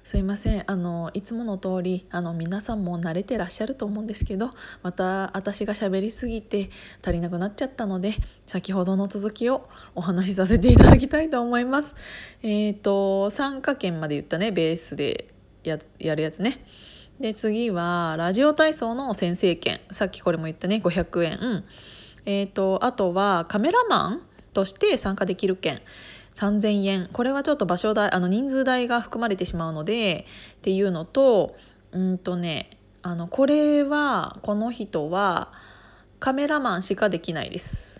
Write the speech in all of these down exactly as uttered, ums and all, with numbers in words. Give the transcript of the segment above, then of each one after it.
すいません、あのいつもの通りあの皆さんも慣れてらっしゃると思うんですけど、また私が喋りすぎて足りなくなっちゃったので、先ほどの続きをお話しさせていただきたいと思います。えっ、と参加券まで言ったね、ベースで や, やるやつね。で次はラジオ体操の先生券、さっきこれも言ったね、ごひゃくえん。えっ、とあとはカメラマンとして参加できる券さんぜんえん。これはちょっと場所代、あの人数代が含まれてしまうのでっていうのと、うんとねあのこれはこの人はカメラマンしかできないです。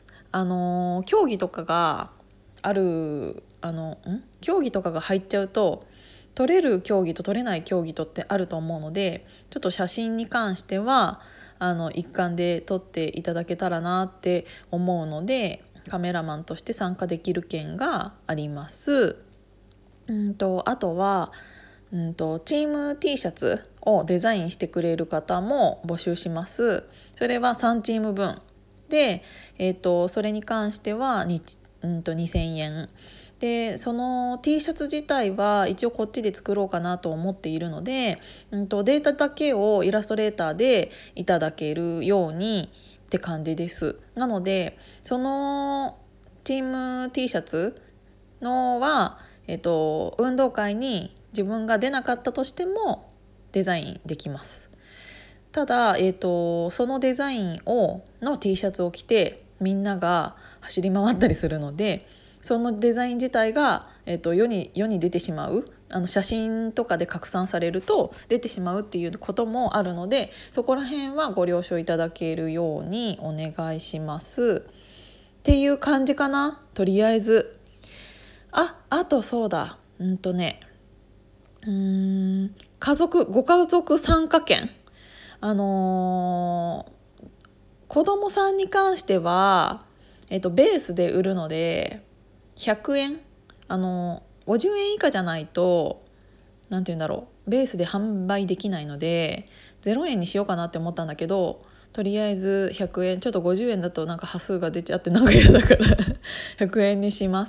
あの競技とかがあるあのん競技とかが入っちゃうと、撮れる競技と撮れない競技とってあると思うので、ちょっと写真に関してはあの一貫で撮っていただけたらなって思うので、カメラマンとして参加できる券があります。うんとあとはうんとチーム T シャツをデザインしてくれる方も募集します。それはさんチーム分で、えー、とそれに関してはに、うんとにせんえんで、その T シャツ自体は一応こっちで作ろうかなと思っているので、うんとデータだけをイラストレーターでいただけるようにって感じです。なのでそのチーム T シャツのは、えっと、運動会に自分が出なかったとしてもデザインできます。ただ、えっと、そのデザインをの T シャツを着てみんなが走り回ったりするので、そのデザイン自体が、えっと、世に、世に出てしまう、あの写真とかで拡散されると出てしまうっていうこともあるので、そこら辺はご了承いただけるようにお願いしますっていう感じかな、とりあえず。あ、あとそうだ、うんとねうーん家族ご家族参加券、あのー子供さんに関しては、えっと、ベースで売るのでひゃくえん、あのーごじゅうえん以下じゃないと、なんて言うんだろう、ベースで販売できないのでゼロえんにしようかなって思ったんだけど、とりあえずひゃくえん、ちょっとごじゅうえんだとなんか端数が出ちゃってなんか嫌だからひゃくえんにします。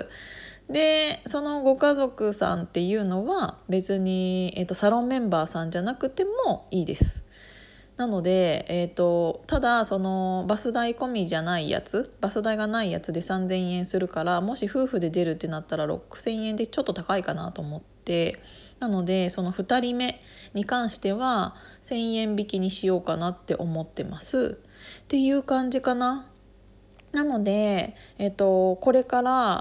でそのご家族さんっていうのは別に、えーと、サロンメンバーさんじゃなくてもいいです。なので、えーと、ただそのバス代込みじゃないやつ、バス代がないやつでさんぜんえんするから、もし夫婦で出るってなったらろくせんえんでちょっと高いかなと思って、なのでそのふたりめに関してはせんえん引きにしようかなって思ってますっていう感じかな。なので、えっと、これから、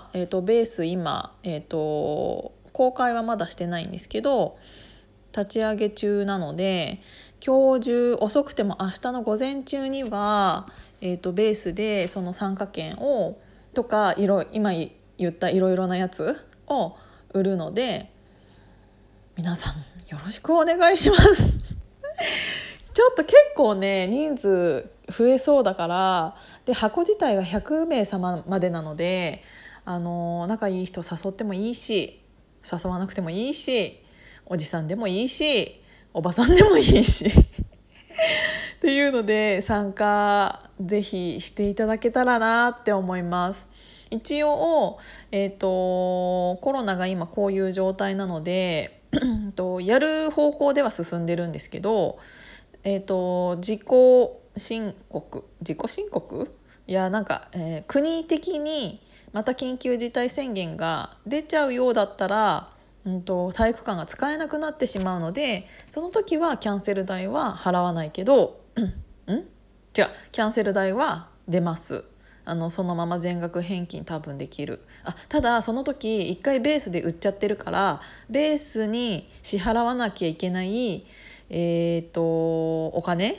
えっと、ベース今、えっと、公開はまだしてないんですけど立ち上げ中なので、今日中遅くても明日の午前中には、えっと、ベースでその参加券をとかいろ今言ったいろいろなやつを売るので、皆さんよろしくお願いしますちょっと結構ね人数増えそうだから、で箱自体がひゃくめい様までなので、あの仲いい人誘ってもいいし誘わなくてもいいし、おじさんでもいいしおばさんでもいいしっていうので参加ぜひしていただけたらなって思います。一応、えーと、コロナが今こういう状態なのでやる方向では進んでるんですけど、えーと、自己申告自己申告いやなんか、えー国的にまた緊急事態宣言が出ちゃうようだったら、うんと、体育館が使えなくなってしまうので、その時はキャンセル代は払わないけどん違うキャンセル代は出ます。あのそのまま全額返金多分できる。あただその時一回ベースで売っちゃってるから、ベースに支払わなきゃいけないえーとお金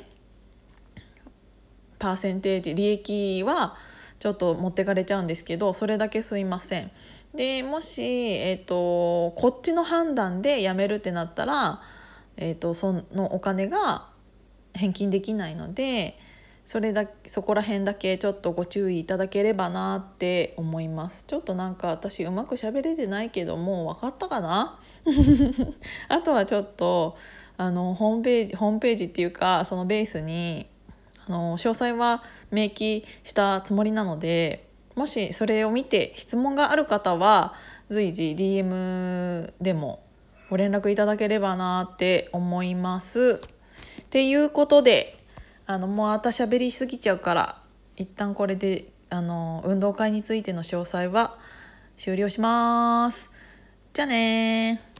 パーセンテージ利益はちょっと持ってかれちゃうんですけど、それだけすいません。でもし、えーとこっちの判断でやめるってなったら、えーとそのお金が返金できないので、それだそこら辺だけちょっとご注意いただければなって思います。ちょっとなんか私うまく喋れてないけどもう分かったかなあとはちょっとあのホームページホームページっていうか、そのベースにあの詳細は明記したつもりなので、もしそれを見て質問がある方は随時 ディーエム でもご連絡いただければなって思います。っていうことであのもうあたしゃべりすぎちゃうから一旦これであの運動会についての詳細は終了します。じゃあねー。